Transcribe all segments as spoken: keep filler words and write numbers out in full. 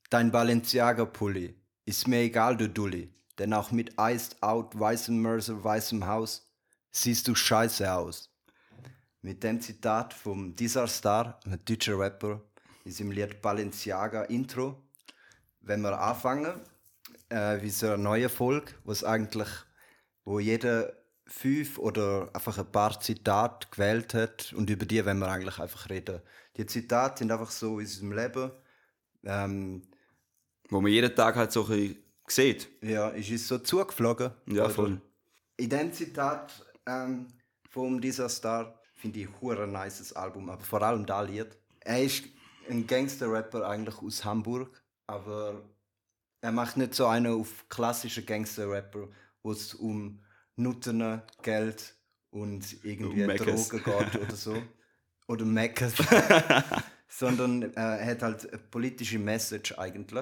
Dein Balenciaga-Pulli ist mir egal, du Dulli, denn auch mit Iced Out, weißem Mörser, weißem Haus siehst du scheiße aus. Mit dem Zitat vom Disarstar, ein deutscher Rapper, ist im Lied Balenciaga Intro. Wenn wir anfangen, äh, wie so eine neue Folge, wo es eigentlich, wo jeder fünf oder einfach ein paar Zitate gewählt hat und über die wollen wir eigentlich einfach reden. Die Zitate sind einfach so in unserem Leben. Ähm, Wo man jeden Tag halt so ein bisschen sieht. Ja, ist es so zugeflogen. Ja, oder? voll. In dem Zitat ähm, von dieser Star finde ich ein nices Album, aber vor allem das Lied. Er ist ein Gangster-Rapper eigentlich aus Hamburg, aber er macht nicht so einen auf klassischen Gangster-Rapper, wo es um Nutten, Geld und irgendwie Um Meckes. Drogen geht oder so. Oder Meckes. Sondern äh, er hat halt eine politische Message eigentlich.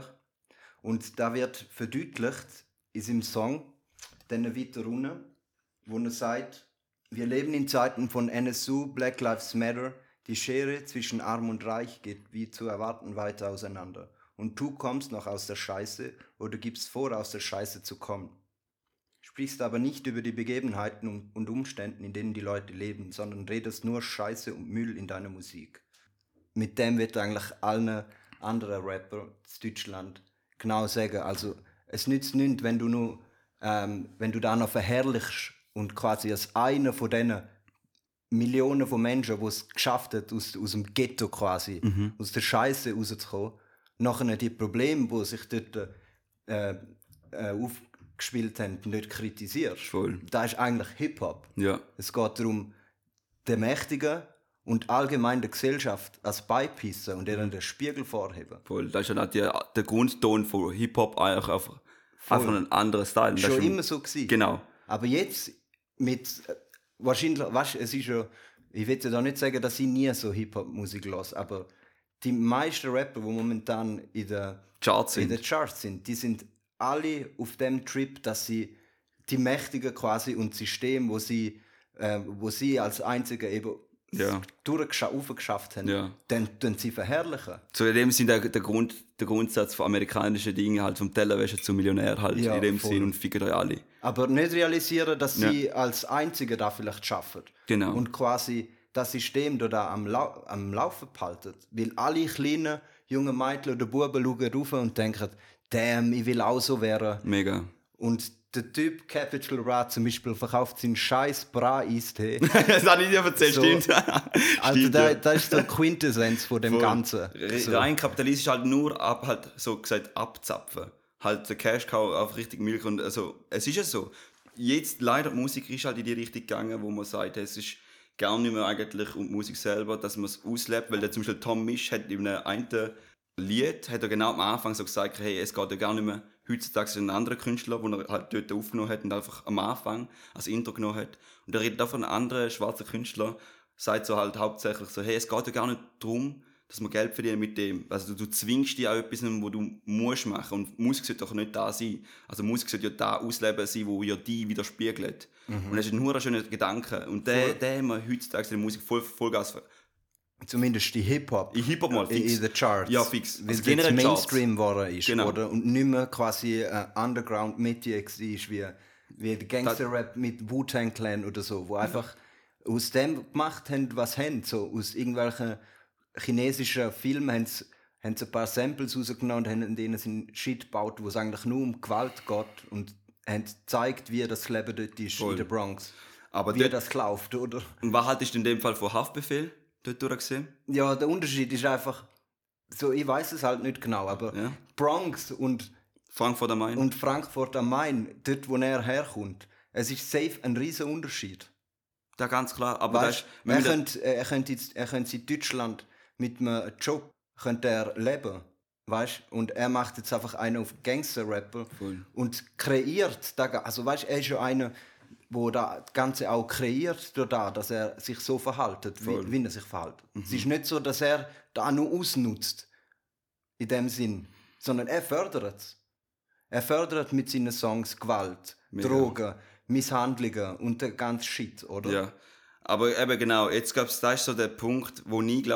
Und da wird verdeutlicht in seinem Song, dann weiter runter, wo er sagt, wir leben in Zeiten von N S U, Black Lives Matter, die Schere zwischen Arm und Reich geht wie zu erwarten weiter auseinander. Und du kommst noch aus der Scheiße oder gibst vor, aus der Scheiße zu kommen. Sprichst aber nicht über die Begebenheiten und Umständen, in denen die Leute leben, sondern redest nur Scheiße und Müll in deiner Musik. Mit dem wird eigentlich allen anderen Rapper in Deutschland genau sagen, also es nützt nichts, wenn du nur, ähm, wenn du da noch verherrlichst und quasi als einer von diesen Millionen von Menschen, die es geschafft hat, aus, aus dem Ghetto quasi, mhm. aus der Scheiße rauszukommen, nachher die Probleme, die sich dort äh, äh, aufgespielt haben, nicht kritisierst. Voll. Das ist eigentlich Hip-Hop. Ja. Es geht darum, den Mächtigen und allgemein der Gesellschaft als beipissen und ihnen den Spiegel vorheben. Voll, das ist ja die, der Grundton von Hip-Hop eigentlich einfach, einfach ein anderer Style. Das schon, schon immer so gewesen. Genau. Aber jetzt mit, äh, wahrscheinlich, weißt, es ist ja, ich will ja da nicht sagen, dass ich nie so Hip-Hop-Musik höre, aber die meisten Rapper, die momentan in den Charts in sind. den Charts sind, die sind alle auf dem Trip, dass sie die Mächtigen quasi und das System, wo sie, äh, wo sie als Einzige eben ja. durchgeschafft haben, ja. dann, dann sie verherrlichen. So in dem Sinn der, der, Grund, der Grundsatz von amerikanischen Dingen, halt vom Tellerwäscher zum Millionär halt Ja, in dem voll. Sinn und ficken euch alle. Aber nicht realisieren, dass Ja. sie als Einzige da vielleicht schaffen. Genau. Und quasi das System da am, Lau- am Laufen behalten. Weil alle kleinen, jungen Mädchen oder Buben schauen rauf und denken, damn, ich will auch so werden. Mega. Und der Typ Capital Bra zum Beispiel verkauft seinen scheiß Bra-Eistee. Das habe ich dir erzählt, So. stimmt. Also Stimmt, da, ja. das ist so die Quintessenz von dem Voll. Ganzen. So. Rein kapitalistisch halt nur ab, halt so gesagt abzapfen. Halt der Cash-Cow auf richtig Milch und also, es ist ja so. Jetzt leider die Musik ist halt in die Richtung gegangen, wo man sagt, es ist gar nicht mehr eigentlich um die Musik selber, dass man es auslebt, weil der zum Beispiel Tom Misch hat in einem einen Lied, hat er genau am Anfang so gesagt, hey, es geht ja gar nicht mehr heutzutage ein anderer Künstler, den er halt dort aufgenommen hat und einfach am Anfang als Intro genommen hat. Und er redet auch von einem anderen schwarzen Künstler, sagt so halt hauptsächlich so, hey, es geht ja gar nicht darum, dass man Geld verdienen mit dem. Also du, du zwingst dich auch etwas, was du musst machen. Und Musik sollte doch nicht da sein. Also Musik sollte ja da ausleben sein, wo ja die widerspiegelt. Mhm. Und das ist nur ein schöner Gedanke. Und den, den haben wir heutzutage in der Musik voll, Vollgas ver- Zumindest die Hip-Hop. In Hip-Hop mal, fix. In den Charts. Ja, fix. Weil Also es generell Mainstream geworden ist, Genau. oder? Und nicht mehr quasi äh, Underground-Mitte war, wie, wie der Gangster-Rap mit Wu-Tang Clan oder so, wo einfach aus dem gemacht haben, was haben. So aus irgendwelchen chinesischen Filmen haben sie, haben sie ein paar Samples rausgenommen und haben in denen einen Shit gebaut, wo es eigentlich nur um Gewalt geht und haben gezeigt, wie das Leben dort ist, Voll. in der Bronx. Aber wie dort, das läuft, oder? und was haltest du in dem Fall von Haftbefehl dort durchgesehen? Ja, der Unterschied ist einfach, so, ich weiß es halt nicht genau, aber Ja. Bronx und, Frankfurt am Main? und Frankfurt am Main, dort wo er herkommt, es ist safe ein riesen Unterschied. Da ganz klar. Aber Weißt, das er, ist, könnte, er, könnte jetzt, er könnte in Deutschland mit einem Job könnte er leben. Weißt? Und er macht jetzt einfach einen auf Gangster-Rapper Voll. und kreiert. Da, also weißt, er ist ja einer, der das Ganze auch kreiert, durch das, dass er sich so verhält, wie, wie er sich verhält. Mhm. Es ist nicht so, dass er da nur ausnutzt, in dem Sinn, sondern er fördert es. Er fördert mit seinen Songs Gewalt, Mega. Drogen, Misshandlungen und der ganze Shit, oder? Ja, aber eben genau, jetzt gab's, das ist so der Punkt, wo ich glaube,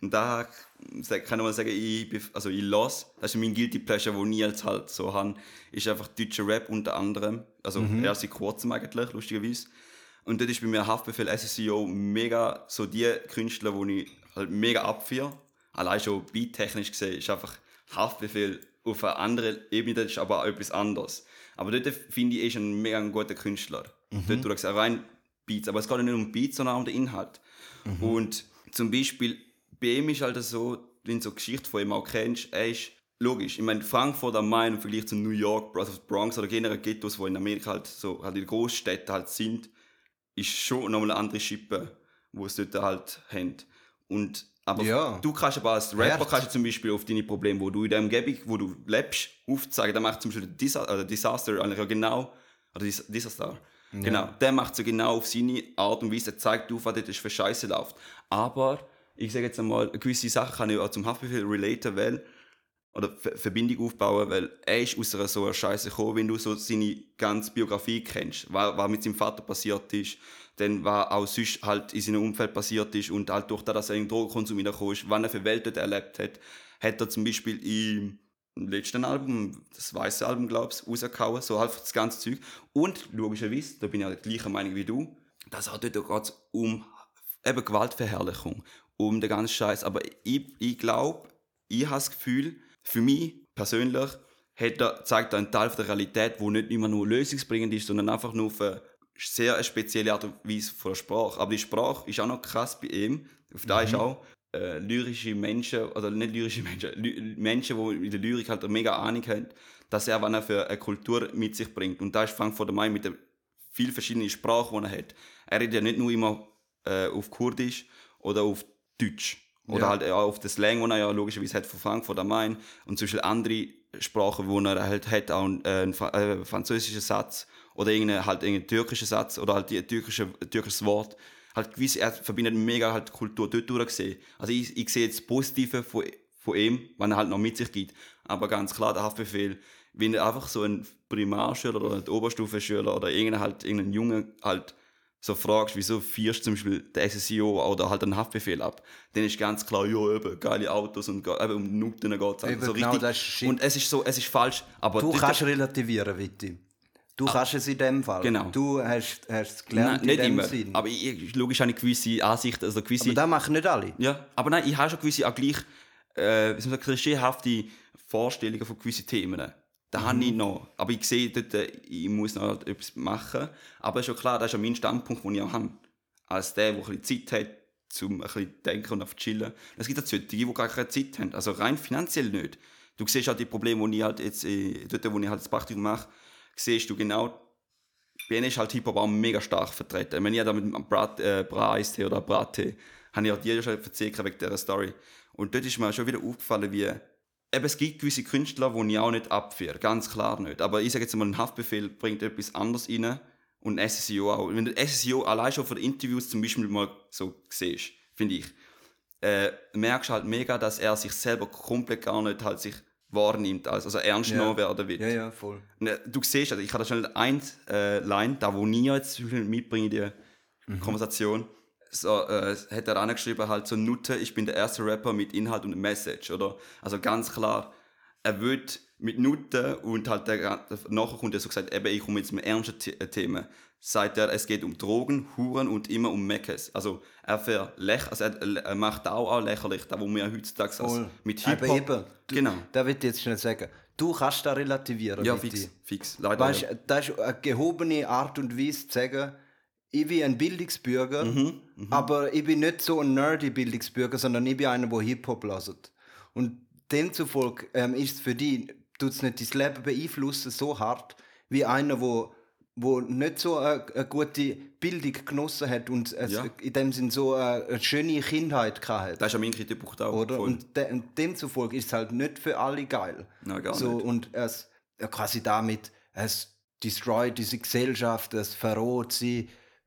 Und da kann ich mal sagen, ich, bin, also ich lasse, das ist mein Guilty Pleasure, den ich jetzt halt so habe, ist einfach deutscher Rap unter anderem. Also mhm. erst seit kurzem eigentlich, lustigerweise. Und dort ist bei mir Haftbefehl, S S I O mega so die Künstler, die ich halt mega abfeiere. Allein schon beattechnisch gesehen ist einfach Haftbefehl auf einer anderen Ebene, das ist aber auch etwas anderes. Aber dort finde ich, ist ein mega guter Künstler. Mhm. Dort, du sagst, rein Beats, aber es geht nicht um Beats, sondern um den Inhalt. Mhm. Und zum Beispiel, bei ihm ist halt so, wenn du so Geschichte von ihm auch kennst, er ist logisch. Ich meine, Frankfurt am Main im Vergleich zu New York, also Bronx oder generell Ghettos, die in Amerika halt so, halt in Großstädten halt sind, ist schon nochmal eine andere Schippe, die es dort halt haben. Und, aber ja. du kannst aber als Rapper kannst du zum Beispiel auf deine Probleme, wo du in der Umgebung, wo du lebst, aufzeigen. Der macht zum Beispiel Disaster, Disaster eigentlich ja genau, oder Disaster, ja. genau, der macht so genau auf seine Art und Weise, der zeigt auf, was dort für Scheiße läuft. Aber ich sage jetzt einmal, gewisse Sachen kann ich auch zum Haftbefehl relaten, weil, oder Ver- Verbindung aufbauen, weil er ist aus einer so einer Scheiße gekommen, wenn du so seine ganze Biografie kennst, was, was mit seinem Vater passiert ist, dann was auch sonst halt in seinem Umfeld passiert ist und halt durch das, dass er in den Drogenkonsum hineingekommen ist, was er für Welt dort erlebt hat, hat er zum Beispiel im letzten Album, das weiße Album, glaube ich, rausgehauen, so halt das ganze Zeug. Und logischerweise, da bin ich ja der gleichen Meinung wie du, dass auch dort geht um eben Gewaltverherrlichung, um den ganzen Scheiß. Aber ich, ich glaube, ich habe das Gefühl, für mich persönlich hat er, zeigt er einen Teil der Realität, der nicht immer nur lösungsbringend ist, sondern einfach nur auf eine sehr eine spezielle Art und Weise von der Sprache. Aber die Sprache ist auch noch krass bei ihm. Auf da mhm. ist auch äh, lyrische Menschen, oder nicht lyrische Menschen, Ly- Menschen, die in der Lyrik halt eine mega Ahnung haben, dass er, was er für eine Kultur mit sich bringt. Und da ist Frankfurt am Main mit den vielen verschiedenen Sprachen, die er hat. Er redet ja nicht nur immer äh, auf Kurdisch oder auf Deutsch. Oder ja. halt auch auf den Slang, den er ja logischerweise hat von Frankfurt am Main. Und zum Beispiel andere Sprachen, die er halt hat, auch einen, äh, einen äh, französischen Satz oder irgendeinen, halt irgendeinen türkischen Satz oder halt ein türkische, türkisches Wort. Halt gewisse, er verbindet mega halt Kultur dort durchgesehen. Also ich, ich sehe jetzt das Positive von, von ihm, wenn er halt noch mit sich gibt. Aber ganz klar, der Haftbefehl, wenn er einfach so ein Primarschüler oder ein Oberstufenschüler oder irgendein halt, irgendein Junge halt so fragst, wieso feierst du zum Beispiel den S S I O oder halt einen Haftbefehl ab, dann ist ganz klar, ja, eben, geile Autos und eben um Minuten geht es also so genau, richtig. Und es ist so, es ist falsch. Aber du kannst das relativieren, Witti. Du ah, kannst es in dem Fall. Genau. Du hast, hast es gelernt. Nein, nicht in dem immer. Sinn. Aber ich, logisch habe ich gewisse Ansichten. Also gewisse, aber das machen nicht alle. Ja, aber nein, ich habe schon gewisse auch gleich äh, wie klischeehafte Vorstellungen von gewissen Themen. Das mhm. habe ich noch. Aber ich sehe dort, ich muss noch etwas machen. Aber es ist schon klar, das ist ja mein Standpunkt, den ich auch habe. Als der, der ein bisschen Zeit hat, um ein bisschen zu denken und zu chillen. Es gibt auch solche, die gar keine Zeit haben. Also rein finanziell nicht. Du siehst halt die Probleme, die ich halt jetzt, äh, dort, wo ich halt das Praktikum mache, siehst du genau, bei ihnen ist halt Hip-Hop auch mega stark vertreten. Wenn ich da mit Brat, äh, Bra-Eistee oder Brattee, habe ich halt jeder schon erzählt wegen dieser Story. Und dort ist mir schon wieder aufgefallen, wie eben, es gibt gewisse Künstler, die ich auch nicht abführe, ganz klar nicht. Aber ich sage jetzt mal, ein Haftbefehl bringt etwas anderes rein und ein S S I O auch. Wenn du S S I O allein schon von den Interviews zum Beispiel mal so siehst, finde ich, äh, merkst du halt mega, dass er sich selber komplett gar nicht halt sich wahrnimmt, also ernst ja. genommen werden wird. Ja, ja, voll. Und, äh, du siehst, also ich habe da schnell eine äh, Line, da wo ich jetzt mitbringe in die mhm. Konversation, so, äh, hat er angeschrieben, halt so Nutte, ich bin der erste Rapper mit Inhalt und Message, oder? Also ganz klar, er wird mit Nutte und halt der, nachher kommt er so gesagt, eben, ich komme jetzt mit ernsten The- Themen. Sagt er, es geht um Drogen, Huren und immer um Meckes. Also er, verlech, also er, er macht auch, auch lächerlich, da wo wir heutzutage also mit Hip-Hop... Eben, du, genau. Da will ich jetzt schnell sagen, du kannst da relativieren. Ja, fix, fix, leider. Weißt, ja. Das ist eine gehobene Art und Weise zu sagen, ich bin ein Bildungsbürger, mhm, mh. aber ich bin nicht so ein nerdy Bildungsbürger, sondern ich bin einer, der Hip-Hop hört. Und demzufolge ähm, ist es für dich, tut es nicht dein Leben beeinflussen so hart, wie einer, der wo nicht so eine, eine gute Bildung genossen hat und ja. in dem Sinn so eine, eine schöne Kindheit hatte. Das ist ja mein Kritikpunkt auch. Oder? Und, de, und demzufolge ist es halt nicht für alle geil. Nein, gar so, nicht. Und es quasi damit, es destroyt diese Gesellschaft, es verroht sie.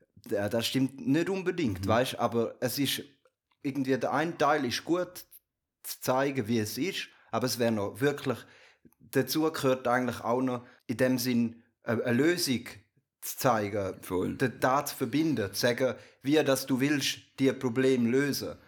Das stimmt nicht unbedingt, mhm. weißt? Aber es ist irgendwie, der eine Teil ist gut zu zeigen, wie es ist, aber es wäre noch wirklich, dazu gehört eigentlich auch noch in dem Sinn eine Lösung zu zeigen, Voll. da zu verbinden, zu sagen, wie dass du willst, die Probleme lösen.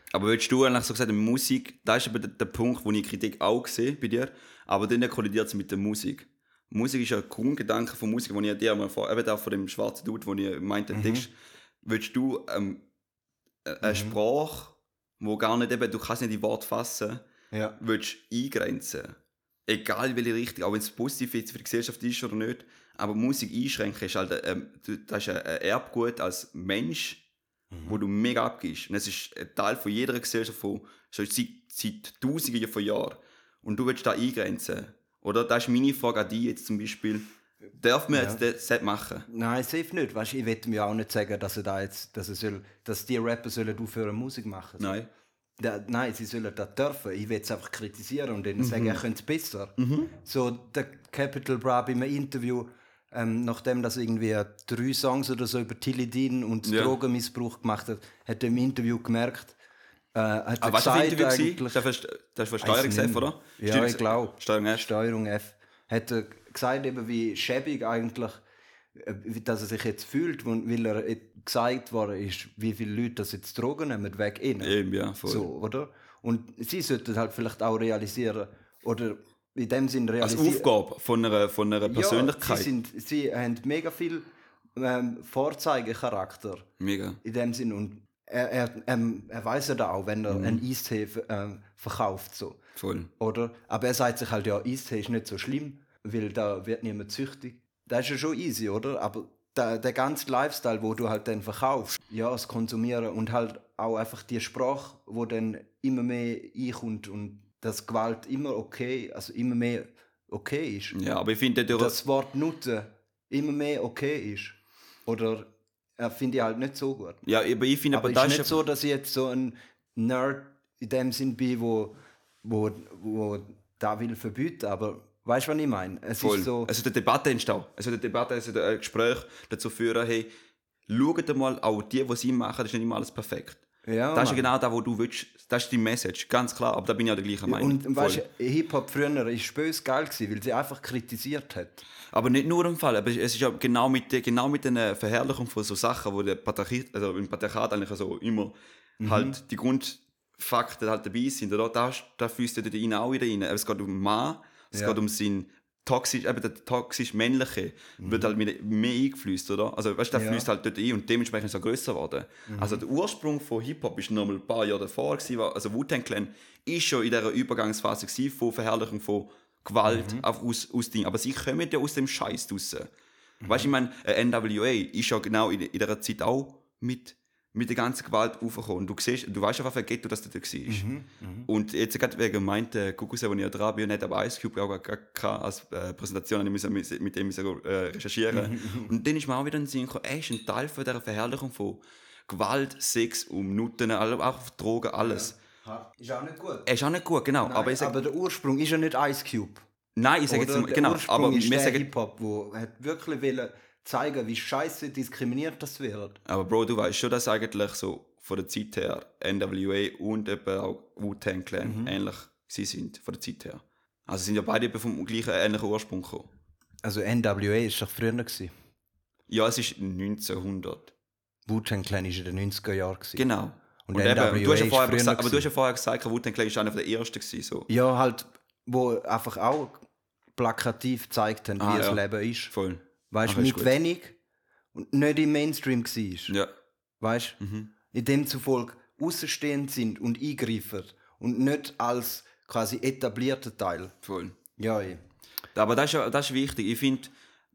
Aber würdest du eigentlich so gesagt, Musik, das ist eben der, der Punkt, wo ich Kritik auch sehe bei dir, aber dann kollidiert es mit der Musik. Musik ist ja ein Grundgedanke von Musik, den ich dir mal vor, eben auch von dem schwarzen Dude, wo ich meinte, mhm. Text, würdest du ähm, eine mhm. Sprache, wo gar nicht eben, du kannst nicht die Worte fassen, ja. würdest eingrenzen. Egal welche Richtung, auch wenn es positiv jetzt für die Gesellschaft ist oder nicht, aber Musik einschränken ist halt, ähm, das ist ein Erbgut als Mensch, mhm. wo du mega abgibst. Und es ist ein Teil von jeder Gesellschaft von, schon seit, seit Tausenden von Jahren. Und du willst da eingrenzen. Oder? Das ist meine Frage an dich jetzt zum Beispiel. Darf man ja. jetzt das Set machen? Nein, safe nicht. Weißt, ich will mir auch nicht sagen, dass, er da jetzt, dass, er soll, dass die Rapper sollen aufhören Musik machen. Nein. Da, nein, sie sollen das dürfen. Ich will es einfach kritisieren und ihnen mhm. sagen, er könnte es besser. Mhm. So, der Capital Bra bei einem Interview, ähm, nachdem er irgendwie drei Songs oder so über Tilidin und ja. Drogenmissbrauch gemacht hat, hat er im Interview gemerkt, äh, hat ah, er was war das Interview? eigentlich... Das war, das war Steuerung F, oder? Ja, Steuerung, ich glaube. Steuerung F. Steuerung F. Hat er gesagt, eben, wie schäbig eigentlich, dass er sich jetzt fühlt, weil er gesagt worden ist, wie viele Leute das jetzt Drogen nehmen, weg innen. Eben, ja, voll. So, oder? Und sie sollten halt vielleicht auch realisieren, oder in dem Sinn realisieren... Als Aufgabe von einer, von einer Persönlichkeit. Ja, sie, sind, sie haben mega viel ähm, Vorzeigecharakter. Mega. In dem Sinn. Und er, er, ähm, er weiß ja da auch, wenn er mhm. einen Eistee äh, verkauft. So. Voll. Oder? Aber er sagt sich halt, ja, Eistee ist nicht so schlimm, weil da wird niemand süchtig. Das ist ja schon easy, oder? Aber der, der ganze Lifestyle, wo du halt dann verkaufst, ja, das Konsumieren und halt auch einfach die Sprache, wo dann immer mehr einkommt und dass Gewalt immer okay, also immer mehr okay ist. Ja, aber ich finde, das Wort nutzen immer mehr okay ist. Oder äh, finde ich halt nicht so gut. Ja, aber ich finde, aber, aber es ist nicht so, dass ich jetzt so ein Nerd in dem Sinn bin, wo, wo, wo da will verbieten, aber weißt du, was ich meine? Es Voll. ist so... Also die Debatte entsteht. Also die Debatte, also ein Gespräch dazu führen, hey, schaut mal, auch die, die sie machen, das ist nicht immer alles perfekt. Ja, das ist genau das, was du willst. Das ist die Message, ganz klar. Aber da bin ich auch der gleichen Meinung. Und weißt du, Hip-Hop früher war böse geil, weil sie einfach kritisiert hat. Aber nicht nur im Fall. Aber es ist ja genau mit, genau mit der Verherrlichung von so Sachen, wo der Patriarchat, also im Patriarchat eigentlich also immer mhm. halt die Grundfakten halt dabei sind. Oder? Da, da fühlst du dich auch wieder rein. Es geht um den Mann, es ja. geht um seinen toxisch, eben der toxisch männliche mhm. wird halt mehr, mehr eingefließt, oder? Also weißt du, der ja. fließt halt dort ein und dementsprechend ist er grösser geworden. Mhm. Also der Ursprung von Hip-Hop war noch mal ein paar Jahre davor gewesen, also Wu-Tang Clan ist schon in dieser Übergangsphase gewesen, von Verherrlichung von Gewalt mhm. aus, aus Dingen. Aber sie kommen ja aus dem Scheiß raus. Mhm. Weißt du, ich meine, N W A ist ja genau in, in dieser Zeit auch mit mit der ganzen Gewalt aufgekommen. Du siehst, du weißt einfach, wer Ghetto das da war. Mhm, und jetzt gerade wegen meinte Kuckuck, wo ich ja dran bin, nicht aber Ice Cube auch gar als äh, Präsentation, ich musste mit, mit dem äh, recherchieren. Mhm, und dann ist mir auch wieder ein Sinn gekommen, er ist ein Teil von dieser Verherrlichung von Gewalt, Sex, um Nutten, auch Drogen, alles. Ja. Ist auch nicht gut. Er ist auch nicht gut, genau. Nein, aber, ich sag, aber der Ursprung ist ja nicht Ice Cube. Nein, ich sage jetzt der genau. Ursprung aber ist wir der sagen, Hip-Hop, wo hat wirklich wollen zeigen, wie scheiße diskriminiert das wird. Aber Bro, du weißt schon, dass eigentlich so von der Zeit her N W A und eben auch Wu-Tang Clan mhm. ähnlich sie sind von der Zeit her. Also sind ja beide vom gleichen ähnlichen Ursprung gekommen. Also N W A war doch früher gewesen. Ja, es ist neunzehnhundert. Wu-Tang Clan war in den neunziger Jahren. Genau. Und, und N W A eben, du hast ja vorher gesagt, aber du hast ja vorher gesagt, Wu-Tang Clan war einer der ersten gewesen, so. Ja, halt, wo einfach auch plakativ gezeigt haben, wie ah, das ja. Leben ist. Voll. Weißt du, mit gut. wenig und nicht im Mainstream war. Ja. Weißt du? Mhm. In dem zufolge außenstehend sind und eingreifen und nicht als quasi etablierter Teil. Voll. Ja, ja. Aber das ist, das ist wichtig. Ich finde,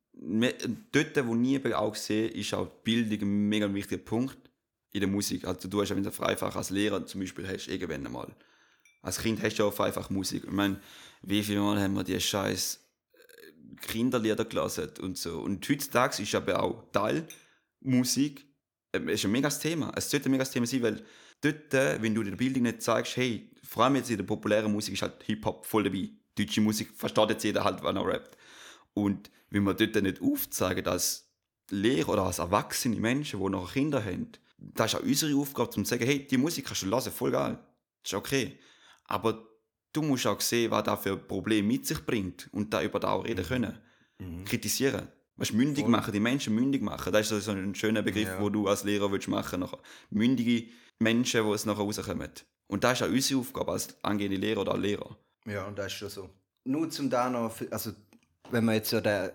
dort, wo ich auch sehe, ist auch die Bildung ein mega wichtiger Punkt in der Musik. Also du hast ja, wenn du Freifach als Lehrer zum Beispiel hast, irgendwann einmal. Als Kind hast du ja auch Freifach Musik. Ich meine, wie viele Mal haben wir die scheiß Kinderlieder gelesen und so. Und heutzutage ist aber auch Teil Musik, es ist ein megas Thema. Es sollte ein megas Thema sein, weil dort, wenn du der Bildung nicht zeigst, hey, vor allem jetzt in der populären Musik ist halt Hip-Hop voll dabei. Deutsche Musik versteht jetzt jeder halt, wenn er rappt. Und wenn wir dort nicht aufzeigen, als Lehrer oder als erwachsene Menschen, die noch Kinder haben, das ist auch unsere Aufgabe, um zu sagen, hey, die Musik kannst du hören, voll geil. Das ist okay. Aber du musst auch sehen, was das für Probleme mit sich bringt und da über das auch reden können. Mhm. Kritisieren. Weißt, mündig Voll. machen, die Menschen mündig machen. Das ist so, so ein schöner Begriff, Ja. den du als Lehrer willst machen willst. Mündige Menschen, die es nachher rauskommen. Und das ist auch unsere Aufgabe als angehende Lehrer oder Lehrer. Ja, und das ist schon so. Nur zum da noch, also wenn man jetzt ja den,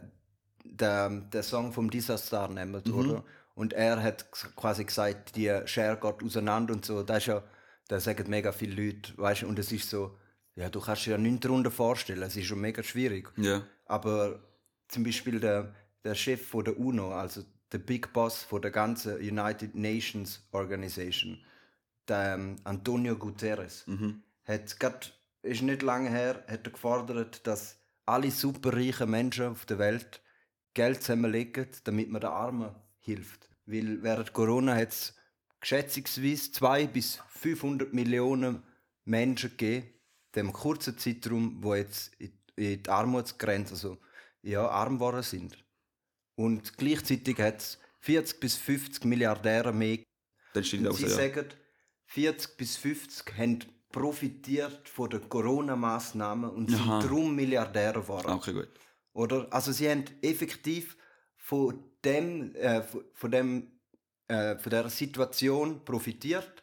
den, den Song vom Disaster nimmt, Mhm. oder? Und er hat quasi gesagt, die Schere geht auseinander und so, das ist ja, das sagen mega viele Leute, weißt du, und es ist so, ja, du kannst dir ja nichts darunter vorstellen, es ist schon mega schwierig. Ja. Aber zum Beispiel der, der Chef von der UNO, also der Big Boss von der ganzen United Nations Organization, der ähm, Antonio Guterres, Mhm. hat grad, ist nicht lange her, hat er gefordert, dass alle superreichen Menschen auf der Welt Geld zusammenlegen, damit man den Armen hilft. Weil während Corona hat es schätzungsweise zweihundert bis fünfhundert Millionen Menschen gegeben, in dem kurzen Zeitraum, wo jetzt in in die Armutsgrenze, also ja, arm geworden sind. Und gleichzeitig hat es vierzig bis fünfzig Milliardäre mehr. Dann steht Und auch sie so, ja. sagen, vierzig bis fünfzig haben profitiert von den Corona-Massnahmen und sind Aha. darum Milliardäre geworden. Okay, gut. Oder? Also sie haben effektiv von dem, äh, von, von dem äh, von der Situation profitiert,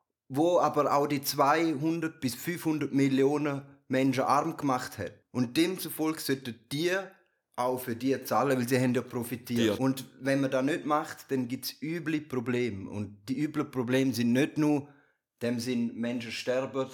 wo aber auch die zweihundert bis fünfhundert Millionen Menschen arm gemacht hat. Und demzufolge sollten die auch für die zahlen, weil sie haben ja profitiert. Ja. Und wenn man das nicht macht, dann gibt es üble Probleme. Und die üblen Probleme sind nicht nur, dem sind Menschen sterben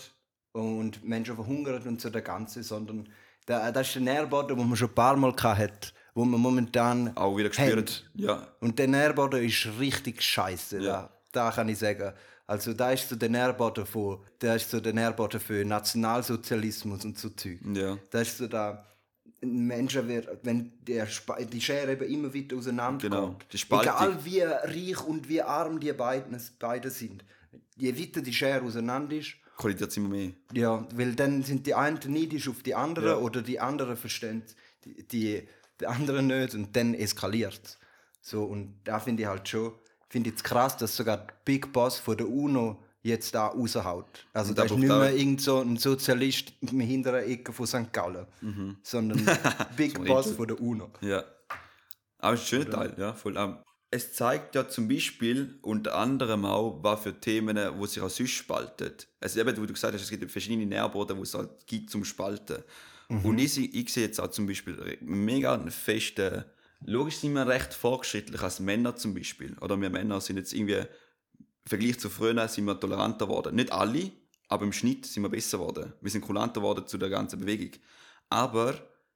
und Menschen verhungern und so der Ganze, sondern da, das ist der Nährboden, den man schon ein paar Mal hat, wo man momentan Auch wieder gespürt. haben. Ja. Und der Nährboden ist richtig scheiße. Ja. Da, da kann ich sagen. Also da ist so der Nährboden von, da ist so der Nährboden für Nationalsozialismus und so Zeug. Ja. Da ist so da Menschen, wird, wenn der Sp- die Schere eben immer weiter auseinander Genau, geht. die Spaltung. Egal wie reich und wie arm die beiden, beide sind. Je weiter die Schere auseinander ist, Kollidiert es immer mehr. ja, weil dann sind die einen neidisch auf die anderen Ja. oder die anderen verstehen die, die, die anderen nicht und dann eskaliert es. So, und da finde ich halt schon, finde ich es krass, dass sogar der Big Boss von der UNO jetzt da raushaut. Also Und da da ist braucht nicht auch- mehr irgend so ein Sozialist im hinteren Ecke von Sankt Gallen, sondern Big So Boss edel. von der UNO. Ja. Aber es ist ein schöner Teil, ja. Voll. Ähm, es zeigt ja zum Beispiel unter anderem auch, was für Themen, wo sich auch sonst spalten. Also eben, wie du gesagt hast, es gibt verschiedene Nährboden, die es halt gibt zum Spalten. Und ich, se- ich sehe jetzt auch zum Beispiel mega einen festen, logisch sind wir recht fortschrittlich als Männer zum Beispiel. Oder wir Männer sind jetzt irgendwie, im Vergleich zu früher, sind wir toleranter geworden. Nicht alle, aber im Schnitt sind wir besser geworden. Wir sind kulanter geworden zu der ganzen Bewegung. Aber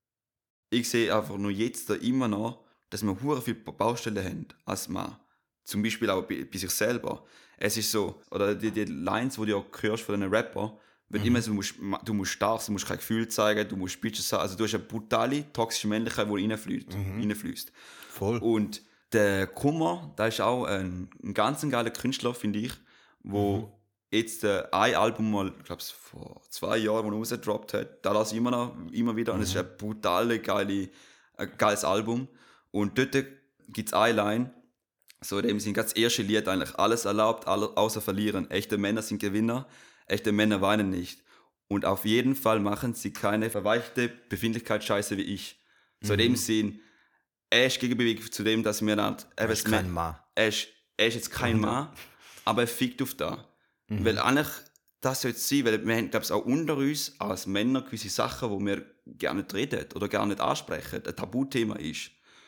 ich sehe einfach nur jetzt da immer noch, dass wir hure viele Baustellen haben als Mann. Zum Beispiel auch bei, bei sich selber. Es ist so, oder die, die Lines, die du auch hörst von den Rappern, wird immer so, du musst, du musst stark sein, du musst kein Gefühl zeigen, du musst Bitches sagen. Also du hast eine brutale, toxische Männlichkeit, die reinfließt. reinfließt. Voll. Und der Kummer, da ist auch ein, ein ganz geiler Künstler, finde ich, wo jetzt äh, ein Album mal, ich glaube vor zwei Jahren, wo er rausgedroppt hat, da lasse ich immer noch, immer wieder, und es ist ein brutales, geile, ein geiles Album. Und dort gibt es eine Line, so in dem Sinn, das erste Lied eigentlich, alles erlaubt, alle, außer verlieren. Echte Männer sind Gewinner, echte Männer weinen nicht. Und auf jeden Fall machen sie keine verweichte Befindlichkeitsscheiße wie ich. So in dem Sinn, er ist Gegenbewegung zu dem, dass wir dann... Er ist kein Mann. Er ist, er ist jetzt kein Mann, aber er fickt auf da. Weil eigentlich, das soll es sein, weil wir haben, glaube ich, auch unter uns als Männer gewisse Sachen, wo wir gerne nicht reden oder gerne nicht ansprechen, ein Tabuthema ist.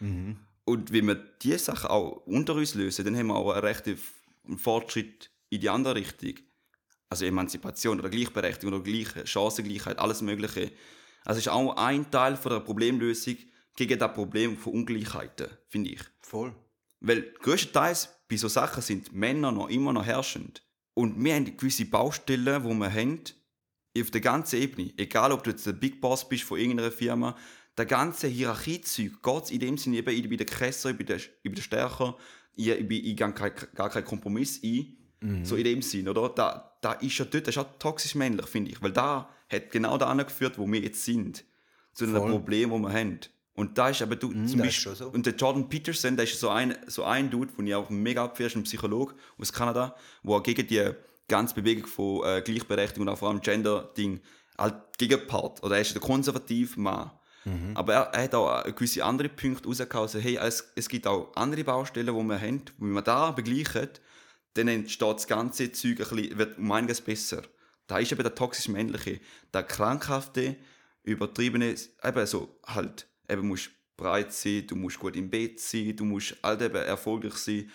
Und wenn wir diese Sachen auch unter uns lösen, dann haben wir auch einen rechten Fortschritt in die andere Richtung. Also Emanzipation oder Gleichberechtigung oder Gleich- Chancengleichheit, alles Mögliche. Also es ist auch ein Teil von der Problemlösung gegen das Problem von Ungleichheiten, finde ich. Voll. Weil größtenteils bei solchen Sachen sind Männer noch immer noch herrschend. Und wir haben gewisse Baustellen, die wir haben, auf der ganzen Ebene. Egal, ob du jetzt der Big Boss bist von irgendeiner Firma, der ganze Hierarchiezeug geht in dem Sinne eben, ich bin der Krasser, ich bin der, ich bin der Stärker, ich, ich, bin, ich gehe kein, gar keinen Kompromiss ein. So in dem Sinne, oder? Da, da ist ja dort, das ist auch toxisch männlich, finde ich. Weil da hat genau da geführt, wo wir jetzt sind. Zu einem Voll. Problem, das wir haben. Und da ist aber du, zum das ist Beispiel, schon so. und der Jordan Peterson, der ist so ein, so ein Dude, den ich auch mega abfeiere, ist ein Psychologe aus Kanada, wo er gegen die ganze Bewegung von äh, Gleichberechtigung und auch vor allem Gender-Ding halt gegenpart. Oder er ist der konservative Mann. Mhm. Aber er, er hat auch gewisse andere Punkte rausgehauen. Also, hey, es, es gibt auch andere Baustellen, die wir haben. Wenn man da begleichen, dann entsteht das ganze Zeug ein bisschen, wird um einiges besser. Da ist eben der toxisch-männliche, der krankhafte, übertriebene, eben so halt, eben musst breit sein, du musst gut im Bett sein, du musst halt eben erfolgreich sein.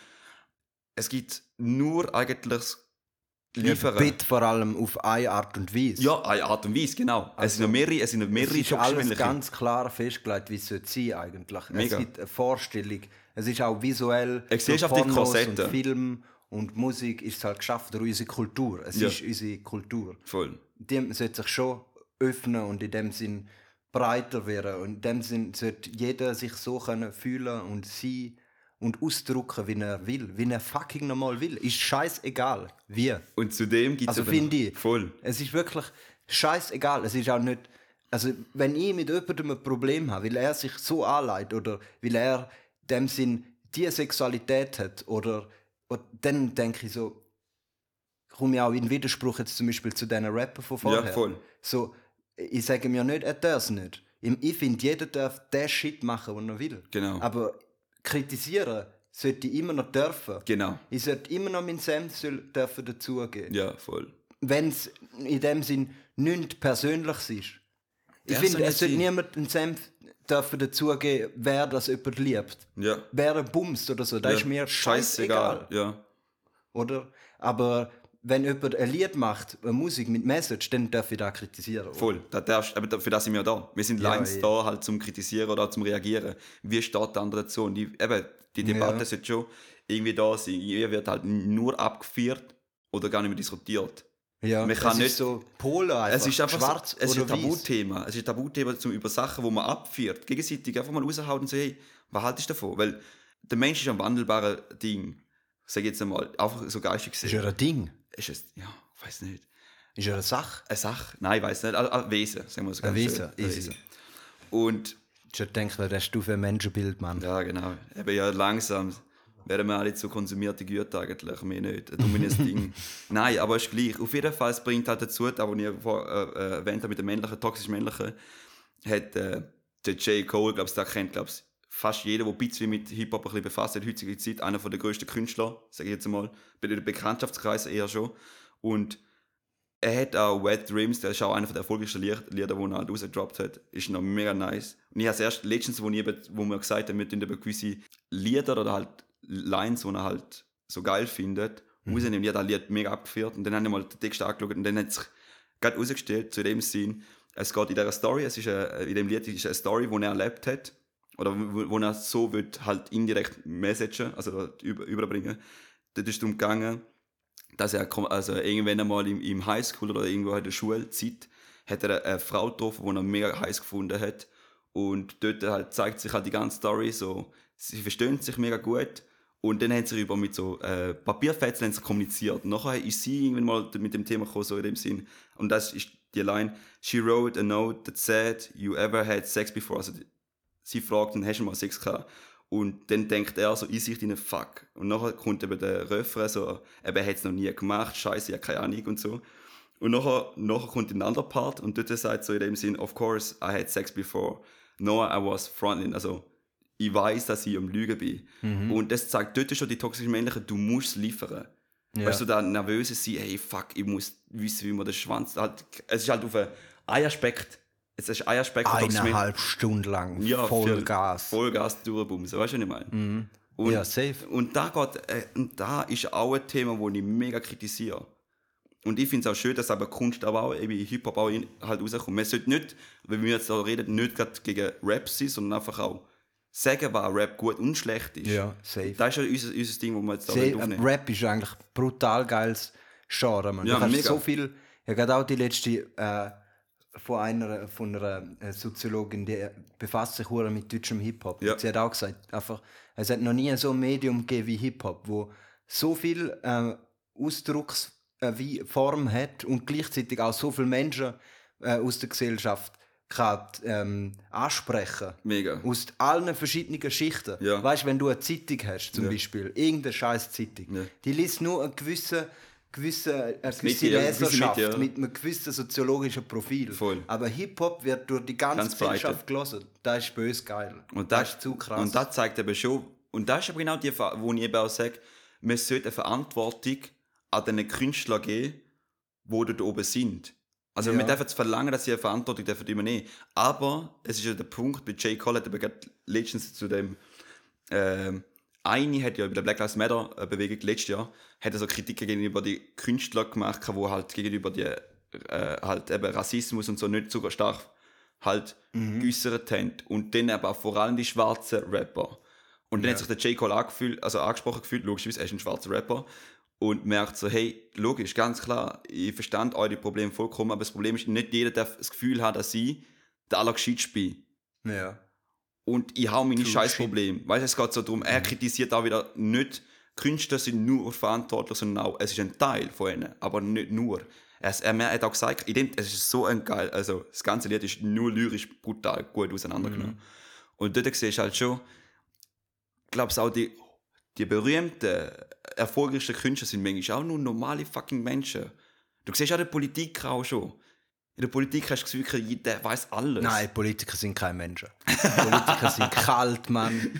Es gibt nur eigentlich liefern. Ja, Bett vor allem auf eine Art und Weise. Ja, eine Art und Weise, genau. Also, es sind noch mehrere, es sind noch mehrere es ist alles ganz klar festgelegt, wie es sein sollte eigentlich. Mega. Es gibt eine Vorstellung, es ist auch visuell, ich sehe auf die Kassette. Und Film und Musik ist halt geschafft durch unsere Kultur. Es ja. ist unsere Kultur. Voll. Die sollte sich schon öffnen und in dem Sinn breiter werden. Und in dem Sinn sollte jeder sich so können fühlen und sein und ausdrücken, wie er will. Wie er fucking normal will. Ist scheißegal. Wie. Und zudem gibt es also finde ich, voll. Es ist wirklich scheißegal. Es ist auch nicht... Also, wenn ich mit jemandem ein Problem habe, weil er sich so anleitet oder weil er in dem Sinn die Sexualität hat oder... Und dann denke ich so... komme ich auch in Widerspruch jetzt zum Beispiel zu diesen Rappern von vorher. Ja, voll. So, ich sage mir nicht, er darf es nicht. Ich finde, jeder darf den Shit machen, den er will. Genau. Aber kritisieren sollte ich immer noch dürfen. Genau. Ich sollte immer noch meinen Senf dürfen dazugeben. Ja, voll. Wenn es in dem Sinn nichts Persönliches ist. Ich finde, es sollte niemand einen Senf dürfen dazugeben, wer das jemand liebt. Ja. Wer er bumst oder so, das ja. ist mir scheißegal. Ja. Oder? Aber wenn jemand ein Lied macht, eine Musik mit Message, dann darf ich das kritisieren. Oder? Voll, das darfst, aber für das sind wir da. Wir sind ja, Lines ja. da, halt zum Kritisieren oder zum Reagieren. Wie steht der andere dazu? Und die, eben, die Debatte ja. sollte schon irgendwie da sein. Hier wird halt nur abgeführt oder gar nicht mehr diskutiert. Ja, man kann es nicht, ist so Pole einfach, es ist einfach schwarz so, es oder ist ein Tabuthema. Es ist ein Tabuthema zum über Sachen, die man abführt. Gegenseitig einfach mal raushauen und sagen, hey, was haltest du davon? Weil der Mensch ist ein wandelbares Ding. Sag jetzt einmal, einfach so geistig gesehen. Ist er ein Ding? Ist es, ja, weiß nicht. Ist er eine Sache? Eine Sache? Nein, weiß nicht. Ein Wesen, sagen wir so ganz Ein Wesen, schön. Ein Wesen. Und... Ich denke, das ist du für ein Menschenbild, Mann. Ja, genau. Eben ja, langsam werden wir alle zu konsumierte Güter eigentlich, mehr nicht. Ein dummes Ding. Nein, aber es ist gleich. Auf jeden Fall, es bringt halt dazu, da, was ich vorher äh, erwähnt habe, mit dem männlichen, toxisch-männlichen, hat äh, der J. Cole, glaube ich, da kennt, glaube ich, fast jeder, der ein bisschen mit Hip-Hop ein bisschen befasst hat, heutzutage Zeit, einer der grössten Künstler, sage ich jetzt einmal, bei den Bekanntschaftskreisen eher schon. Und er hat auch Wet Dreams, der ist auch einer der erfolgreichsten Lieder, die er halt rausgedroppt hat, ist noch mega nice. Und ich habe es erst letztens, wo, ich eben, wo wir gesagt haben, wir tun eben gewisse Lieder oder halt Lines, die er halt so geil findet, mhm. rausnehmen. Ich habe das Lied mega abgeführt und dann habe ich mal den Text angeschaut und dann hat sich gerade herausgestellt, zu dem Sinn, es geht in dieser Story, es ist eine, in dem Lied ist eine Story, die er erlebt hat, oder wo, wo er so wird halt indirekt messagen, also über, überbringen. Dort ist es darum gegangen, dass er also irgendwann einmal im, im Highschool oder irgendwo in der Schulzeit hat er eine, eine Frau getroffen, die er mega heiß gefunden hat. Und dort halt zeigt sich halt die ganze Story so, sie verstehen sich mega gut. Und dann haben sie über mit so äh, Papierfetzen kommuniziert. Und nachher ist sie irgendwann mal mit dem Thema gekommen, so in dem Sinn. Und das ist die Line, she wrote a note that said, you ever had sex before? Also sie fragt, dann hast du mal Sex gehabt? Und dann denkt er so in sich in Fuck. Und nachher kommt eben der Refrain so, er hat es noch nie gemacht, scheiße, ja keine Ahnung und so. Und nachher, nachher kommt ein anderer Part und dort sagt so in dem Sinn, of course, I had sex before. No, I was fronting. Also ich weiß, dass ich am Lügen bin. Mhm. Und das zeigt dort schon die toxischen Männlichen, du musst es liefern. Ja. Weißt du, da nervöse sein, hey fuck, ich muss wissen, wie man den Schwanz... Halt, es ist halt auf einen Aspekt. Es ist ein Aspekt. Eineinhalb Stunden lang, ja, Vollgas. Vollgas durchbumsen, weißt du, was ich meine? Mhm. Und, ja, safe. Und da, geht, äh, und da ist auch ein Thema, das ich mega kritisiere. Und ich finde es auch schön, dass aber Kunst, aber auch eben Hip-Hop auch in, halt rauskommt. Man sollte nicht, wenn wir jetzt da reden, nicht gerade gegen Rap sein, sondern einfach auch sagen, was Rap gut und schlecht ist. Ja, safe. Das ist ja unser, unser Ding, das wir jetzt da aufnehmen. Rap ist eigentlich ein brutal geiles Genre. Man. Ja, du hast mega. so viel... Ja, gerade auch die letzte... Äh, von einer, von einer Soziologin, die befasst sich sehr mit deutschem Hip-Hop. Ja. Sie hat auch gesagt, einfach, es hat noch nie so ein Medium gegeben wie Hip-Hop, wo so viel äh, Ausdrucksform äh, hat und gleichzeitig auch so viele Menschen äh, aus der Gesellschaft kann ähm, ansprechen. Mega. Aus allen verschiedenen Schichten. Ja. Weißt du, wenn du eine Zeitung hast, zum ja. Beispiel, irgendeine scheiß Zeitung, ja. die liest nur einen gewissen gewisse, eine gewisse Mitte, ja, Leserschaft, gewisse Mitte, ja. mit einem gewissen soziologischen Profil. Voll. Aber Hip-Hop wird durch die ganze Ganz breite. Gesellschaft gelesen. Das ist böse geil. Und das, das, ist zu krass. Und das zeigt eben schon, und das ist aber genau die, wo ich eben auch sage, man sollte eine Verantwortung an den Künstlern geben, die dort oben sind. Also Ja. wir dürfen jetzt verlangen, dass sie eine Verantwortung dürfen übernehmen. Aber es ist ja der Punkt, bei J. Cole hat eben gerade letztens zu dem ähm, eine hat ja über die Black Lives Matter äh, Bewegung letztes Jahr hat er so Kritiken gegenüber die Künstler gemacht, wo halt gegenüber die äh, halt eben Rassismus und so nicht so stark halt mhm. geäussert haben. Und dann aber auch vor allem die schwarzen Rapper. Und dann Ja. hat sich der J. Cole angefühlt, also angesprochen gefühlt, logischerweise, er ist ein schwarzer Rapper. Und merkt so, hey, logisch, ganz klar, ich verstand eure Probleme vollkommen, aber das Problem ist, nicht jeder darf das Gefühl haben, dass ich der Allergescheitste bin. Ja. Und ich habe meine True scheiß Probleme. Weißt du, es geht so darum, er kritisiert auch wieder nicht, Künstler sind nur verantwortlich, sondern auch, es ist ein Teil von ihnen, aber nicht nur. Er, er, er hat auch gesagt, ich denke, es ist so ein geil, also das ganze Lied ist nur lyrisch brutal gut auseinandergenommen. Mhm. Und dort siehst du halt schon, ich glaube, auch die, die berühmten, erfolgreichsten Künstler sind manchmal auch nur normale fucking Menschen. Du siehst auch die Politik auch schon. In der Politik hast du das Gefühl, jeder weiß alles. Nein, Politiker sind keine Menschen. Politiker sind kalt, Mann.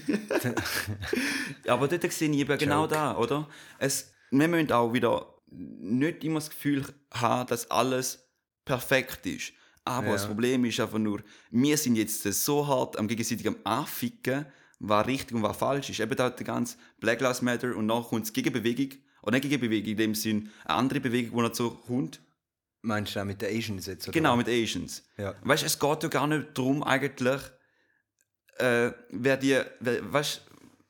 Ja, aber dort sehe ich eben genau da, oder? Es, wir müssen auch wieder nicht immer das Gefühl haben, dass alles perfekt ist. Aber ja. Das Problem ist einfach nur, wir sind jetzt so hart am gegenseitig am Anficken, was richtig und was falsch ist. Eben da die ganze Black Lives Matter und nachher kommt die Gegenbewegung, oder nicht Gegenbewegung, in dem Sinn eine andere Bewegung, die dazu kommt. Meinst du auch mit den Asians jetzt? Oder? Genau, mit Asians. Ja. Weißt du, es geht ja gar nicht darum, eigentlich, äh, wer die, wer, weißt,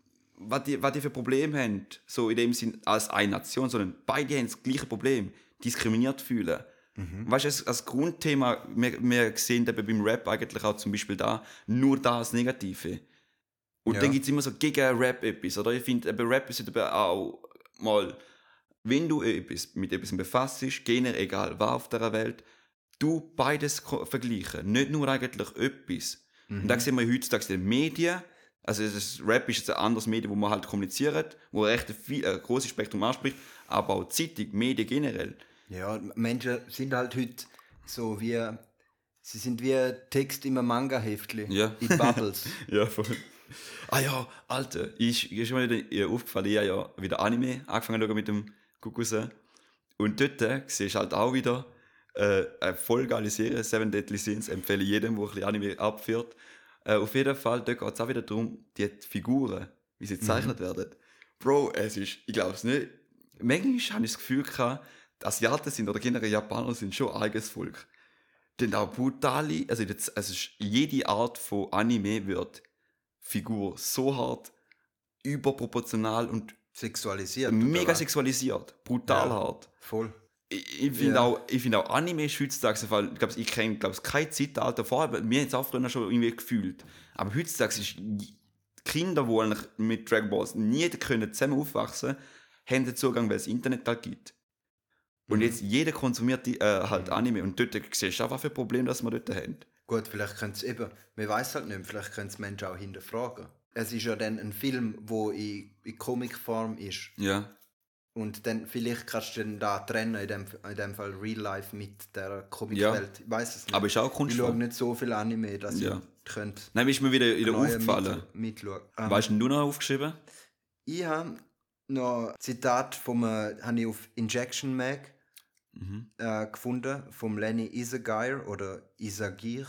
was die, was die für Probleme haben, so in dem Sinn als eine Nation, sondern beide haben das gleiche Problem, diskriminiert fühlen. Mhm. Weißt du, als, als Grundthema, wir, wir sehen eben beim Rap eigentlich auch zum Beispiel da, nur das Negative. Und ja. Dann gibt es immer so gegen Rap etwas, oder? Ich finde, Rap ist eben auch mal, wenn du etwas, mit etwas befasst, generell egal was auf der Welt, du beides vergleichen, nicht nur eigentlich etwas. Mhm. Und da sehen wir heutzutage in den Medien, also das Rap ist jetzt ein anderes Medium, wo man halt kommuniziert, wo recht viel, ein großes Spektrum anspricht, aber auch Zeitung, Medien generell. Ja, Menschen sind halt heute so wie, sie sind wie Text im Manga-Heftli, ja. in Bubbles. Ja, voll. Ah ja, Alter, ich, ich ist mir wieder aufgefallen, ich habe ja wieder Anime angefangen zu schauen mit dem Kuckucksen. Und dort äh, siehst du halt auch wieder äh, eine voll geile Serie, Seven Deadly Sins, empfehle ich jedem, der ein bisschen Anime abführt. Äh, auf jeden Fall, dort geht es auch wieder darum, die Figuren, wie sie gezeichnet mhm. werden. Bro, es ist, ich glaube es nicht, manchmal habe ich das Gefühl gehabt, die Asiaten sind oder generell Japaner sind schon ein eigenes Volk. Denn auch brutale, also, das, also jede Art von Anime wird Figur so hart, überproportional und sexualisiert. Mega sexualisiert. Brutal ja, hart. Voll. Ich, ich finde ja. auch, find auch Anime heutzutage, weil ich, glaub, ich kenne glaub, kein Zeitalter vorher, mir hat es auch früher schon irgendwie gefühlt. Aber heutzutage ist Kinder, die eigentlich mit Dragon Balls nie können zusammen aufwachsen, haben den Zugang, weil es Internet halt gibt. Und mhm. jetzt jeder konsumiert die, äh, halt mhm. Anime und dort siehst du auch, was für Probleme das wir dort haben. Gut, vielleicht können es eben, man weiß halt nicht, vielleicht können es Menschen auch hinterfragen. Es ist ja dann ein Film, der in, in Comicform ist. Ja. Und dann vielleicht kannst du dann da trennen, in dem, in dem Fall Real Life mit der Comicwelt. Ja. Ich weiß es nicht. Aber ist auch Kunstform. Ich schaue nicht so viel Anime, dass ja. ich könnte. Nein, ist mir wieder, wieder aufgefallen. Mit, mit ähm, weißt du, du noch aufgeschrieben? Ich habe noch ein Zitat vom, äh, habe ich auf Injection Mag mhm. äh, gefunden, vom Lenny Isagire oder Isagir.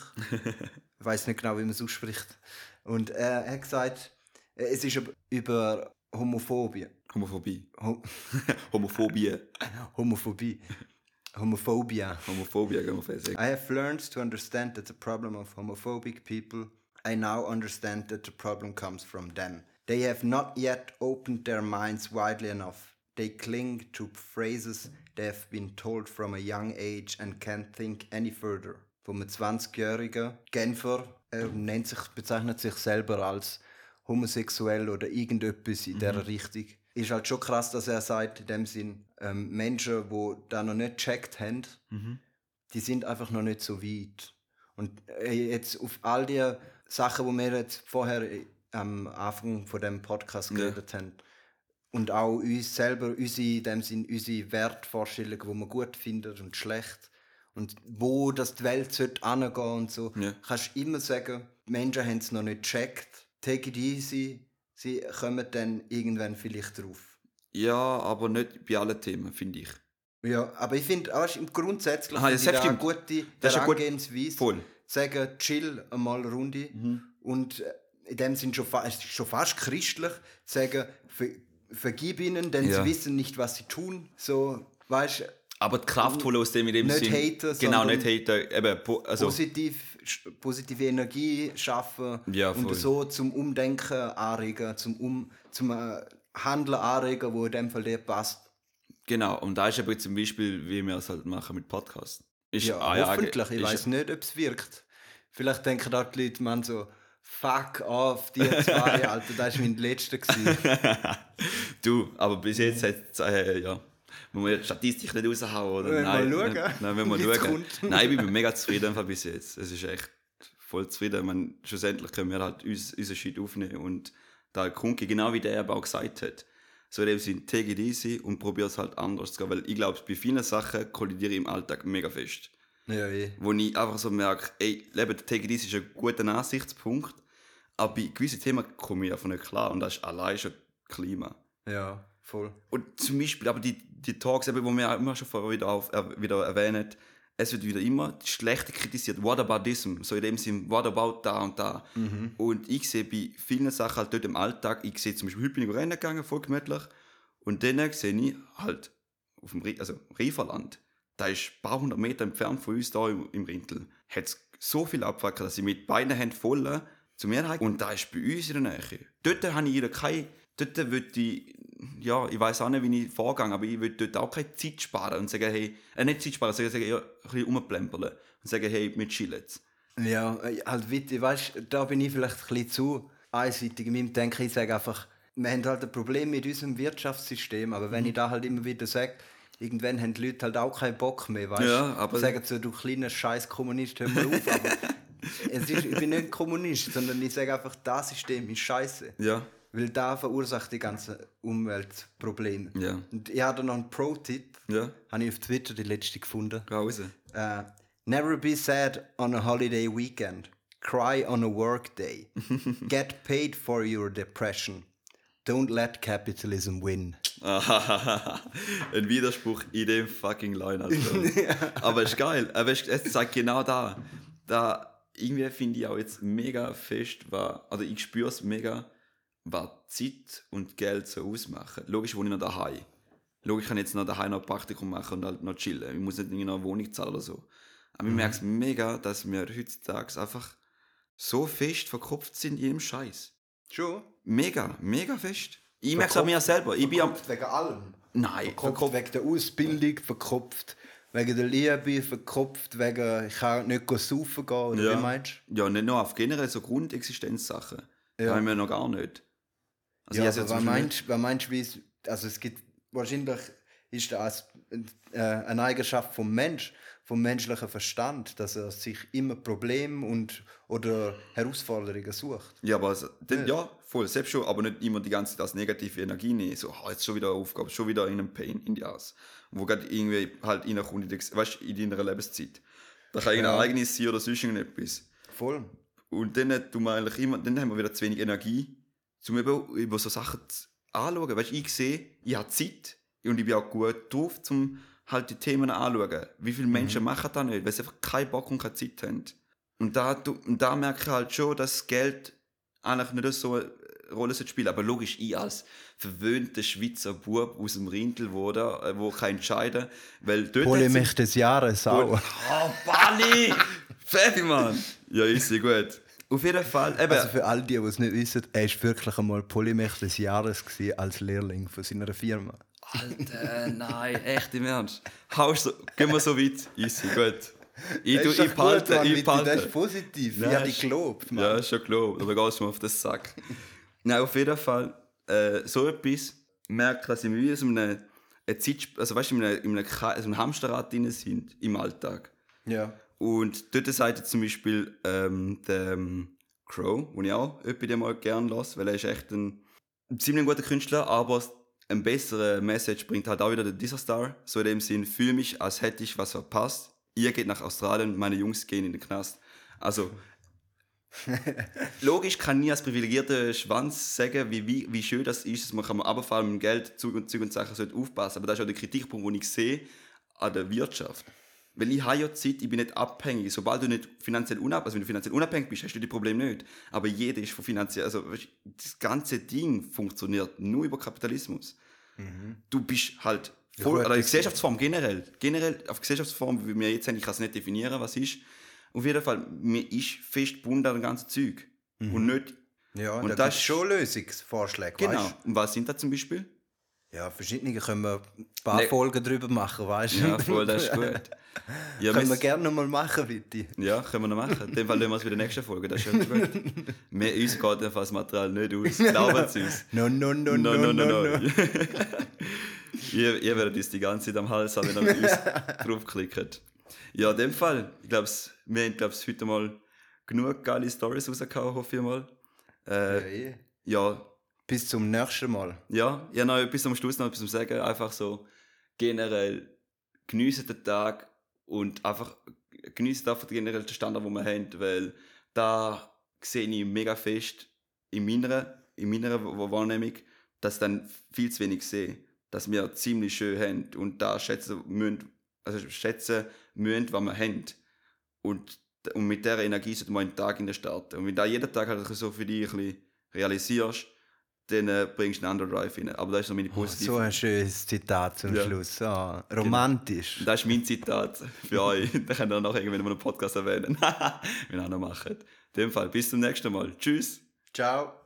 Ich weiß nicht genau, wie man es ausspricht. Und er hat gesagt, es ist über Homophobie. Homophobie. Ho- Homophobie. Homophobie. Homophobia. Homophobia, kann man fast sagen. I have learned to understand that the problem of homophobic people, I now understand that the problem comes from them. They have not yet opened their minds widely enough. They cling to phrases they have been told from a young age and can't think any further. Von einem zwanzigjährigen Genfer, er nennt sich, bezeichnet sich selber als homosexuell oder irgendetwas in mhm. dieser Richtung. Ist halt schon krass, dass er sagt, in dem Sinn, ähm, Menschen, die das noch nicht gecheckt haben, mhm. die sind einfach noch nicht so weit. Und äh, jetzt auf all die Sachen, die wir jetzt vorher am Anfang von dem Podcast geredet ja. haben, und auch uns selber, unsere, in dem Sinn, unsere Wertvorstellungen, die man gut findet und schlecht. Und wo das die Welt sollte hingehen und so. Ja. Kannst du immer sagen, die Menschen haben es noch nicht gecheckt. Take it easy. Sie kommen dann irgendwann vielleicht drauf. Ja, aber nicht bei allen Themen, finde ich. Ja, aber ich finde, auch grundsätzlich Aha, finde das ich da eine stimmt. gute Das ist ja gut. Herangehensweise. Voll. Sagen, chill einmal eine Runde. Mhm. Und äh, in dem Sinn schon, fa- es ist schon fast christlich, sagen, ver vergib ihnen, denn Ja. sie wissen nicht, was sie tun. So, weißt, Aber die Kraft holen aus dem in dem Nicht Sinn. haten, Genau, sondern nicht haten. Eben, po- also, positiv, sch- positive Energie schaffen Ja, voll. und so zum Umdenken anregen, zum, um, zum äh, Handeln anregen, wo in dem Fall dir passt. genau. Und da ist eben zum Beispiel, wie wir es halt machen mit Podcasts. Ist, Ja, ah, hoffentlich. Ich ist- weiß nicht, ob es wirkt. Vielleicht denken da die Leute, man so, fuck off, die zwei, Alter, das war mein letzter. gewesen. Du, aber bis jetzt hat es, äh, ja. Wenn wir die Statistik nicht raushauen, oder? Wollen wir Nein, mal schauen, nein, nein, wenn wir wie's schauen. kommt. Nein, ich bin mega zufrieden einfach bis jetzt. Es ist echt voll zufrieden. Ich meine, schlussendlich können wir halt uns, unseren Shit aufnehmen und da Kunki, genau wie der aber auch gesagt hat, so in dem Sinn, take it easy und probier es halt anders zu gehen, weil ich glaube, bei vielen Sachen kollidiere ich im Alltag mega fest. Ja, eh. Wo ich einfach so merke, ey, Leben, take it easy ist ein guter Ansichtspunkt, aber bei gewissen Themen komme ich einfach nicht klar und das ist allein schon Klima. Ja, voll. Und zum Beispiel, aber die, die Talks, eben, wo wir immer schon vorher wieder, auf, äh, wieder erwähnen, es wird wieder immer das Schlechte kritisiert. What about this? So in dem Sinn, what about da und da? Mhm. Und ich sehe bei vielen Sachen halt dort im Alltag, ich sehe zum Beispiel, heute bin ich rennen gegangen, voll gemütlich, und dann sehe ich halt auf dem Rie- also Rieferland, da ist ein paar hundert Meter entfernt von uns, da im, im Rintel, hat es so viel Abwackeln, dass ich mit beiden Händen voll zu mir heim. Und da ist bei uns in der Nähe. Dort habe ich wieder keine, dort würde ich, ja, ich weiß auch nicht, wie ich vorgehe, aber ich würde dort auch keine Zeit sparen und sagen, hey, äh, nicht Zeit sparen, sondern sagen, ja, ein bisschen rumplempern und sagen, hey, wir chillen jetzt. Ja, äh, halt witzig, weißt du, da bin ich vielleicht ein bisschen zu einseitig in meinem Denken. Ich sage einfach, wir haben halt ein Problem mit unserem Wirtschaftssystem, aber wenn ich da halt immer wieder sage, irgendwann haben die Leute halt auch keinen Bock mehr, weißt du? Ja, aber- Sagen so, du kleiner scheiß Kommunist, hör mal auf. Aber es ist, ich bin nicht Kommunist, sondern ich sage einfach, das System ist scheiße. Ja, Weil da verursacht die ganzen Umweltprobleme. ja, Und ich habe da noch einen Pro-Tipp, ja, habe ich auf Twitter die letzte gefunden. geh raus. Uh, never be sad on a holiday weekend. Cry on a work day. Get paid for your depression. Don't let capitalism win. Ein Widerspruch in dem fucking Line. Also. Aber es ist geil. Aber es es zeigt genau da. Da irgendwie finde ich auch jetzt mega fest, war, also ich spüre es mega, was Zeit und Geld so ausmachen. Logisch wohne ich noch daheim. Logisch kann ich jetzt noch daheim noch ein Praktikum machen und halt noch chillen. Ich muss nicht irgendwie noch eine Wohnung zahlen oder so. Aber ich merke es mega, dass wir heutzutage einfach so fest verkopft sind in jedem Scheiß. Schon? Mega, mega fest. Ich merke es an mir selber. Ich bin am, Verkopft wegen allem. nein, Verkopft verkopft. wegen der Ausbildung, verkopft wegen der Liebe, verkopft wegen, ich kann nicht saufen gehen, oder Ja. wie meinst Ja, nicht nur auf generell so Grundexistenzsachen. Ja. Ja. Haben wir noch gar nicht. du? Also Ja, ich aber habe was zum Beispiel meinst, was meinst du, wie es, also es gibt, wahrscheinlich ist das äh, eine Eigenschaft vom Mensch, vom menschlichen Verstand, dass er sich immer Probleme und, oder Herausforderungen sucht. Ja, aber also, dann, ja, voll, selbst schon, aber nicht immer die ganze Zeit als negative Energie nehmen. So, oh, jetzt schon wieder eine Aufgabe, schon wieder in einem Pain in die Ass. Wo gerade irgendwie halt reinkommt, in, der- weißt, in deiner Lebenszeit. Da kann irgendein Ja. Ereignis sein oder sonst irgendetwas. Voll. Und dann, tun wir eigentlich immer, dann haben wir wieder zu wenig Energie, um eben über so Sachen zu anschauen. Weißt, ich sehe, ich habe Zeit und ich bin auch gut drauf, um halt die Themen anzuschauen. Wie viele Menschen machen das nicht, weil sie einfach keinen Bock und keine Zeit haben. Und da, tu- und da merke ich halt schon, dass Geld eigentlich nicht so eine Rolle spielt. Aber logisch, ich als verwöhnter Schweizer Bub aus dem Rintel, wo, da, äh, wo kann entscheiden, weil dort... Polymech des Jahres auch. Oh, Bali! Fertig, Mann! Ja, ist sehr gut. Auf jeden Fall, eben... Also für all die, die es nicht wissen, er war wirklich einmal Polymech des Jahres gewesen, als Lehrling von seiner Firma. Alter, nein, echt im Ernst. Haust so, gehen wir so weit? Easy, gut. Ich, Das tu, ist ich doch behalte, gut, Mann, ich bitte, behalte. das ist positiv. Nein, ich habe ist- dich gelobt, Mann. Ja, ist schon klar, aber gehst du mir auf den Sack. Nein, auf jeden Fall, äh, so etwas merkt, dass wir wie so in einem, eine Zeit, also weißt du, in einem, in einem, Kre- also einem Hamsterrad drin sind im Alltag. Ja. Und dort sagt jetzt zum Beispiel ähm, der ähm, Crow, den ich auch etwa mal gerne lasse, weil er ist echt ein, ein ziemlich guter Künstler, aber ein besserer Message bringt halt auch wieder der Dieser Star. So in dem Sinn, fühle mich, als hätte ich was verpasst. Ihr geht nach Australien, meine Jungs gehen in den Knast. Also, logisch kann nie als privilegierter Schwanz sagen, wie, wie, wie schön das ist, dass man kann aber vor allem mit Geld, Zug und Zug und Sachen sollte aufpassen. Aber das ist auch der Kritikpunkt, den ich sehe an der Wirtschaft. Weil ich habe ja Zeit, ich bin nicht abhängig. Sobald du nicht finanziell unabhängig, also wenn du finanziell unabhängig bist, hast du die Probleme nicht. Aber jeder ist von finanziell, also das ganze Ding funktioniert nur über Kapitalismus. Mhm. Du bist halt voll, ja, oder die Gesellschaftsform generell, generell auf Gesellschaftsform, wie wir jetzt haben, ich kann es nicht definieren, was ist. Auf jeden Fall, mir ist fest gebunden an das ganze Zeug. Mhm. Und nicht... Ja, und da das ist schon Lösungsvorschläge, genau. Weißt? Und was sind das zum Beispiel? Ja, verschiedene können wir ein paar nee. Folgen drüber machen, weißt du? Ja, voll, das ist gut. Ja, können wir gerne noch mal machen, bitte. Ja, können wir noch machen. In dem Fall lassen wir es bei der nächsten Folge, das ist schon gut. Wir, uns geht einfach das Material nicht aus, glauben Sie uns. No, no, no, no, no, no, no. no. ihr, ihr werdet uns die ganze Zeit am Hals haben, wenn ihr mit uns draufklickt. Ja, in dem Fall, ich glaube, wir haben glaub's, heute mal genug geile Storys rausgehauen, hoffe ich mal. Äh, ja, ja. Bis zum nächsten Mal. Ja, ja noch bis zum Schluss noch etwas zu sagen. Einfach so generell geniessen den Tag und einfach geniessen einfach generell den Standard, den wir haben, weil da sehe ich mega fest in meiner, in meiner Wahrnehmung, dass ich dann viel zu wenig sehe, dass wir ziemlich schön haben und da schätzen müssen, also schätzen müssen, was wir haben. Und, und mit dieser Energie sollte man einen Tag in den starten. Und wenn du jeden Tag halt so für dich ein bisschen realisierst, dann äh, bringst du einen anderen Drive rein. Aber das ist so meine positive... Oh, so ein schönes Zitat zum ja. Schluss. Oh, romantisch. Genau. Das ist mein Zitat für euch. Das könnt ihr noch irgendwann mal einen Podcast erwähnen. Wir auch noch machen. In dem Fall, bis zum nächsten Mal. Tschüss. Ciao.